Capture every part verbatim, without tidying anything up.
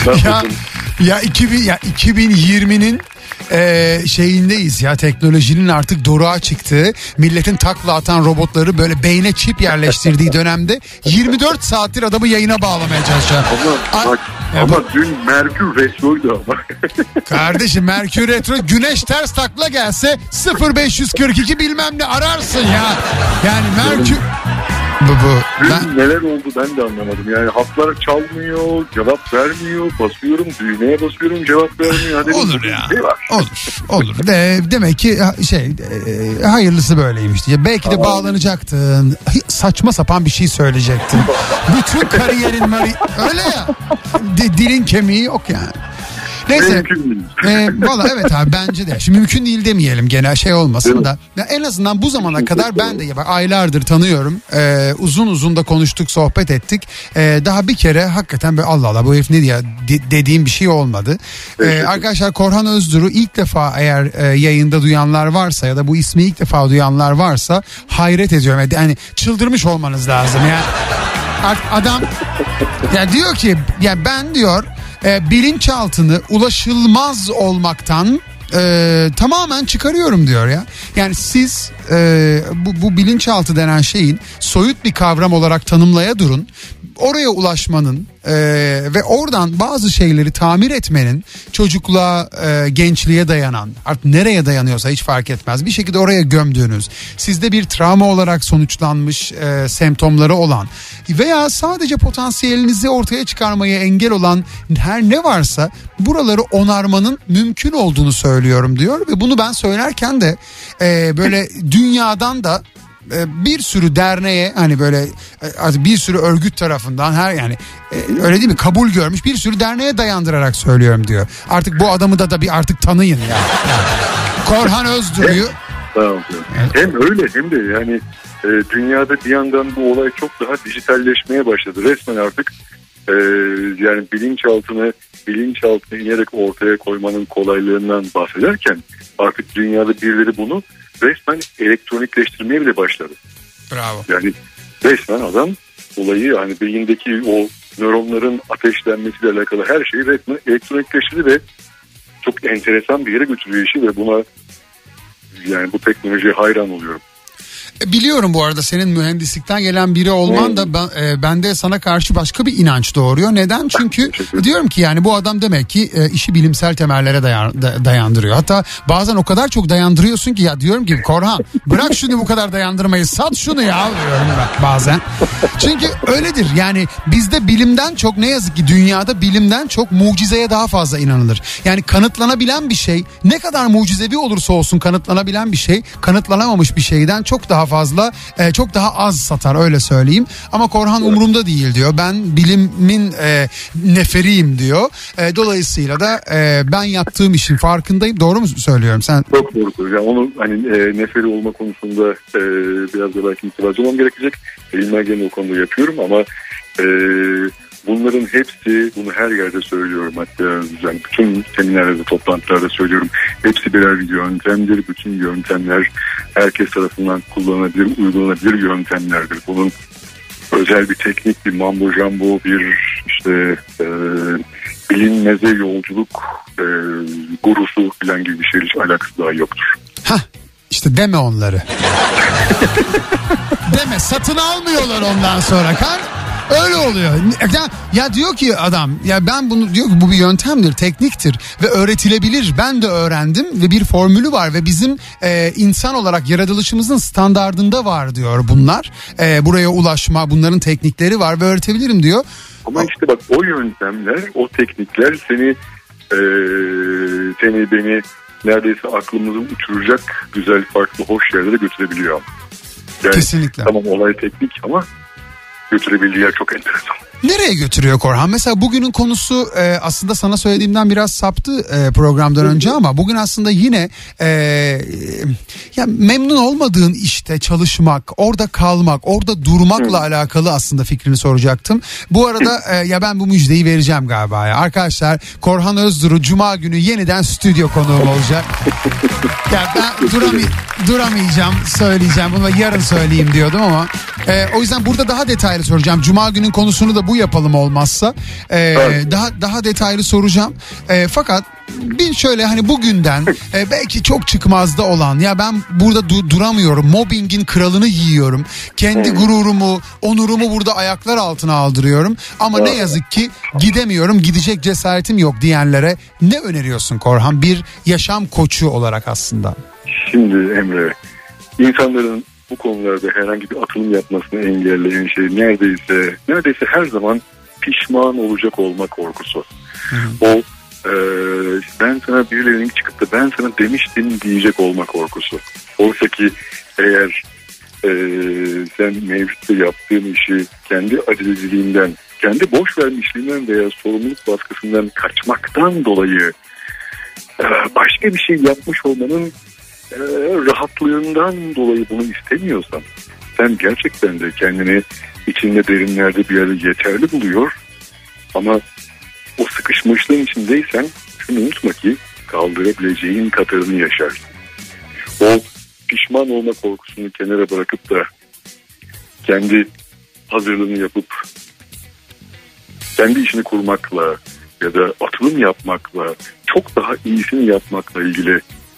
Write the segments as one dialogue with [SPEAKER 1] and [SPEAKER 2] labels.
[SPEAKER 1] ya, ya iki bin ya iki bin yirminin Ee, şeyindeyiz ya, teknolojinin artık doruğa çıktığı, milletin takla atan robotları böyle beyne çip yerleştirdiği dönemde yirmi dört saattir adamı yayına bağlamaya çalışıyor.
[SPEAKER 2] Ama, bak, ama bu... dün Merkür Retro'ydu ama.
[SPEAKER 1] Kardeşim Merkür Retro, güneş ters takla gelse sıfır beş kırk iki bilmem ne ararsın ya. Yani Merkür... Bu, bu.
[SPEAKER 2] Dün
[SPEAKER 1] Ben...
[SPEAKER 2] neler oldu ben de anlamadım. Yani hatlar çalmıyor, cevap vermiyor, basıyorum düğmeye basıyorum, cevap vermiyor. Hadi
[SPEAKER 1] olur ya. Şey olur. Olur. De, demek ki şey e, hayırlısı böyleymiş diye. Belki de Aa. bağlanacaktın. Saçma sapan bir şey söyleyecektin. Bütün kariyerin mari... öyle ya. D- dilin kemiği yok yani. Neyse. E, Valla evet abi, bence de. Şimdi mümkün değil demeyelim, genel şey olmasın da. Ya en azından bu zamana kadar ben de ya bak, aylardır tanıyorum. E, uzun uzun da konuştuk, sohbet ettik. E, daha bir kere hakikaten böyle Allah Allah bu herif ne diye de, dediğim bir şey olmadı. E, arkadaşlar, Korhan Özdur'u ilk defa eğer e, yayında duyanlar varsa ya da bu ismi ilk defa duyanlar varsa hayret ediyorum. Yani çıldırmış olmanız lazım. Yani adam ya diyor ki ya ben diyor E, bilinçaltını ulaşılmaz olmaktan e, tamamen çıkarıyorum diyor ya. Yani siz e, bu, bu bilinçaltı denen şeyin soyut bir kavram olarak tanımlaya durun. Oraya ulaşmanın e, ve oradan bazı şeyleri tamir etmenin çocukluğa, e, gençliğe dayanan, artık nereye dayanıyorsa hiç fark etmez, bir şekilde oraya gömdüğünüz, sizde bir travma olarak sonuçlanmış e, semptomları olan veya sadece potansiyelinizi ortaya çıkarmaya engel olan her ne varsa buraları onarmanın mümkün olduğunu söylüyorum diyor. Ve bunu ben söylerken de e, böyle dünyadan da bir sürü derneğe, hani böyle bir sürü örgüt tarafından, her yani öyle değil mi, kabul görmüş bir sürü derneğe dayandırarak söylüyorum diyor. Artık bu adamı da da bir artık tanıyın ya. Yani. Korhan Özdur'u.
[SPEAKER 2] Tamam. Hem öyle hem de yani e, dünyada bir yandan bu olay çok daha dijitalleşmeye başladı. Resmen artık e, yani bilinçaltını bilinçaltına inerek ortaya koymanın kolaylığından bahsederken artık dünyada birileri bunu resmen elektronikleştirmeye bile başladı.
[SPEAKER 1] Bravo.
[SPEAKER 2] Yani resmen adam olayı, yani beyindeki o nöronların ateşlenmesiyle alakalı her şeyi resmen elektronikleştirdi ve çok enteresan bir yere götürüyor işi ve buna, yani bu teknolojiye hayran oluyorum.
[SPEAKER 1] Biliyorum bu arada, senin mühendislikten gelen biri olman da ben, e, bende sana karşı başka bir inanç doğuruyor. Neden? Çünkü diyorum ki yani bu adam demek ki e, işi bilimsel temellere dayan, da, dayandırıyor. Hatta bazen o kadar çok dayandırıyorsun ki ya diyorum ki Korhan bırak şunu bu kadar dayandırmayı, sat şunu ya diyorum ben bazen. Çünkü öyledir yani, bizde bilimden çok, ne yazık ki dünyada bilimden çok mucizeye daha fazla inanılır. Yani kanıtlanabilen bir şey, ne kadar mucizevi olursa olsun kanıtlanabilen bir şey, kanıtlanamamış bir şeyden çok daha fazla, e, çok daha az satar, öyle söyleyeyim. Ama Korhan umurumda değil diyor. Ben bilimin e, neferiyim diyor. E, dolayısıyla da e, ben yaptığım işin farkındayım. Doğru mu söylüyorum sen?
[SPEAKER 2] Çok doğru. Yani onu hani e, neferi olma konusunda e, biraz da belki itibarcı olmam gerekecek. Elimden geleni o konuda yapıyorum ama e, bunların hepsi, bunu her yerde söylüyorum, hatta yani bütün seminerlerde, toplantılarda söylüyorum. Hepsi birer yöntemdir. Bütün yöntemler herkes tarafından kullanılabilir, uygulanabilir yöntemlerdir. Bunun özel bir teknik, bir mambo jumbo, bir işte e, bilinmeze yolculuk e, gurusu falan gibi bir şeyle hiç alakası daha yoktur.
[SPEAKER 1] Hah, işte deme onları. Deme, satın almıyorlar ondan sonra kan. Öyle oluyor. Ya, ya diyor ki adam, ya ben bunu diyor ki bu bir yöntemdir, tekniktir ve öğretilebilir. Ben de öğrendim ve bir formülü var ve bizim e, insan olarak yaratılışımızın standardında var diyor bunlar. E, buraya ulaşma, bunların teknikleri var ve öğretebilirim diyor.
[SPEAKER 2] Ama işte bak, o yöntemler, o teknikler seni e, seni beni neredeyse aklımızı uçuracak güzel, farklı, hoş yerlere götürebiliyor. Yani,
[SPEAKER 1] kesinlikle.
[SPEAKER 2] Tamam, olay teknik ama götürebildiği yer çok enteresan.
[SPEAKER 1] Nereye götürüyor Korhan? Mesela bugünün konusu e, aslında sana söylediğimden biraz saptı e, programdan önce ama bugün aslında yine e, ya memnun olmadığın işte çalışmak, orada kalmak, orada durmakla Hı. alakalı aslında fikrini soracaktım. Bu arada e, ya ben bu müjdeyi vereceğim galiba ya. Arkadaşlar, Korhan Özdur'u Cuma günü yeniden stüdyo konuğum olacak. Ya ben duramay- duramayacağım, söyleyeceğim. Bunu yarın söyleyeyim diyordum ama e, o yüzden burada daha detaylı soracağım. Cuma günün konusunu da bu yapalım olmazsa. Ee,
[SPEAKER 2] evet.
[SPEAKER 1] Daha daha detaylı soracağım. Ee, fakat bir şöyle hani bugünden e, belki çok çıkmazda olan ya ben burada du- duramıyorum. Mobbingin kralını yiyorum. Kendi
[SPEAKER 2] hmm.
[SPEAKER 1] gururumu, onurumu burada ayaklar altına aldırıyorum. Ama evet. ne yazık ki gidemiyorum. Gidecek cesaretim yok diyenlere ne öneriyorsun Korhan? Bir yaşam koçu olarak aslında.
[SPEAKER 2] Şimdi Emre, insanların bu konularda herhangi bir atılım yapmasını engelleyen şey neredeyse neredeyse her zaman pişman olacak olma korkusu. Hı hı. O e, ben sana birilerinin çıkıp da ben sana demiştim diyecek olma korkusu. Oysa ki eğer e, sen mevcutta yaptığın işi kendi acizliğinden, kendi boş vermişliğinden veya sorumluluk baskısından kaçmaktan dolayı e, başka bir şey yapmış olmanın e, rahatlığından dolayı bunu istemiyorsan, sen gerçekten de kendini içinde derinlerde bir yerde yeterli buluyor ama o sıkışmışlığın içindeysen şunu unutma ki kaldırabileceğin kadarını yaşarsın. O pişman olma korkusunu kenara bırakıp da kendi hazırlığını yapıp kendi işini kurmakla ya da atılım yapmakla çok daha iyisini yapmakla ilgili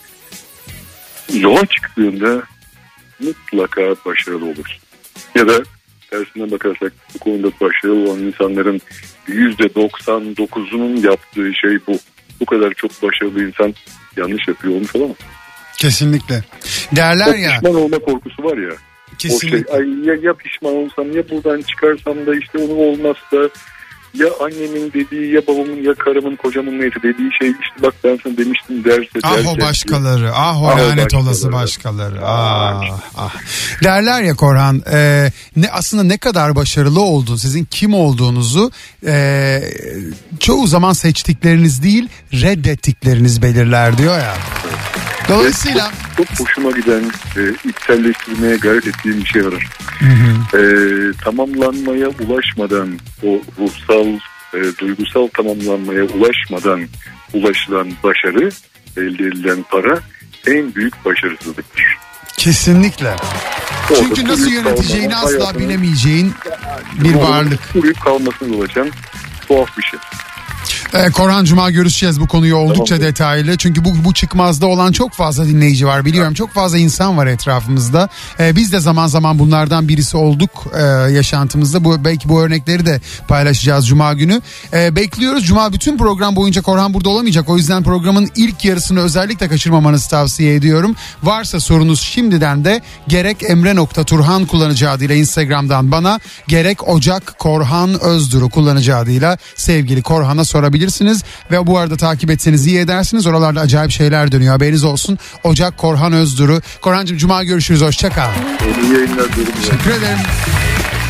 [SPEAKER 2] yola çıktığında mutlaka başarılı olursun. Ya da tersinden bakarsak bu konuda başarılı olan insanların yüzde doksan dokuzunun yaptığı şey bu. Bu kadar çok başarılı insan yanlış yapıyor olmuş olamaz.
[SPEAKER 1] Kesinlikle. Derler
[SPEAKER 2] o
[SPEAKER 1] ya.
[SPEAKER 2] Pişman olma korkusu var ya.
[SPEAKER 1] Kesinlikle.
[SPEAKER 2] O şey, ay ya, ya pişman olsam ya buradan çıkarsam da işte onu olmazsa ya annemin dediği ya babamın ya karımın kocamın neyse dediği şey işte bak ben sana demiştim derse.
[SPEAKER 1] Ah
[SPEAKER 2] derse,
[SPEAKER 1] o başkaları ah o
[SPEAKER 2] ah
[SPEAKER 1] lanet
[SPEAKER 2] başkaları.
[SPEAKER 1] olası başkaları ah, ah. Derler ya Korhan e, ne aslında ne kadar başarılı olduğunu sizin kim olduğunuzu e, çoğu zaman seçtikleriniz değil reddettikleriniz belirler diyor ya. Dolayısıyla
[SPEAKER 2] çok, çok hoşuma giden e, içselleştirmeye gayret ettiğim bir şey var. Hı hı. E, tamamlanmaya ulaşmadan o ruhsal, e, duygusal tamamlanmaya ulaşmadan ulaşılan başarı, elde edilen para en büyük başarısızlıktır.
[SPEAKER 1] Kesinlikle.
[SPEAKER 2] Orada
[SPEAKER 1] çünkü nasıl yöneteceğini asla bilemeyeceğin bir varlık.
[SPEAKER 2] Kuruyup kalmasına yol açan tuhaf bir şey.
[SPEAKER 1] Ee, Korhan Cuma görüşeceğiz bu konuyu oldukça tamam. detaylı. Çünkü bu bu çıkmazda olan çok fazla dinleyici var biliyorum. Çok fazla insan var etrafımızda. Ee, biz de zaman zaman bunlardan birisi olduk e, yaşantımızda. Bu belki bu örnekleri de paylaşacağız Cuma günü. E, bekliyoruz. Cuma bütün program boyunca Korhan burada olamayacak. O yüzden programın ilk yarısını özellikle kaçırmamanızı tavsiye ediyorum. Varsa sorunuz şimdiden de gerek Emre.Turhan kullanıcı adıyla Instagram'dan bana gerek Ocak Korhan Özduru kullanıcı adıyla sevgili Korhan'a sorabilirsiniz. Ve bu arada takip etseniz iyi edersiniz. Oralarda acayip şeyler dönüyor. Haberiniz olsun. Ocak Korhan Özduru. Korhan'cığım Cuma görüşürüz. Hoşça kal.
[SPEAKER 2] İyi yayınlar.
[SPEAKER 1] Teşekkür ederim.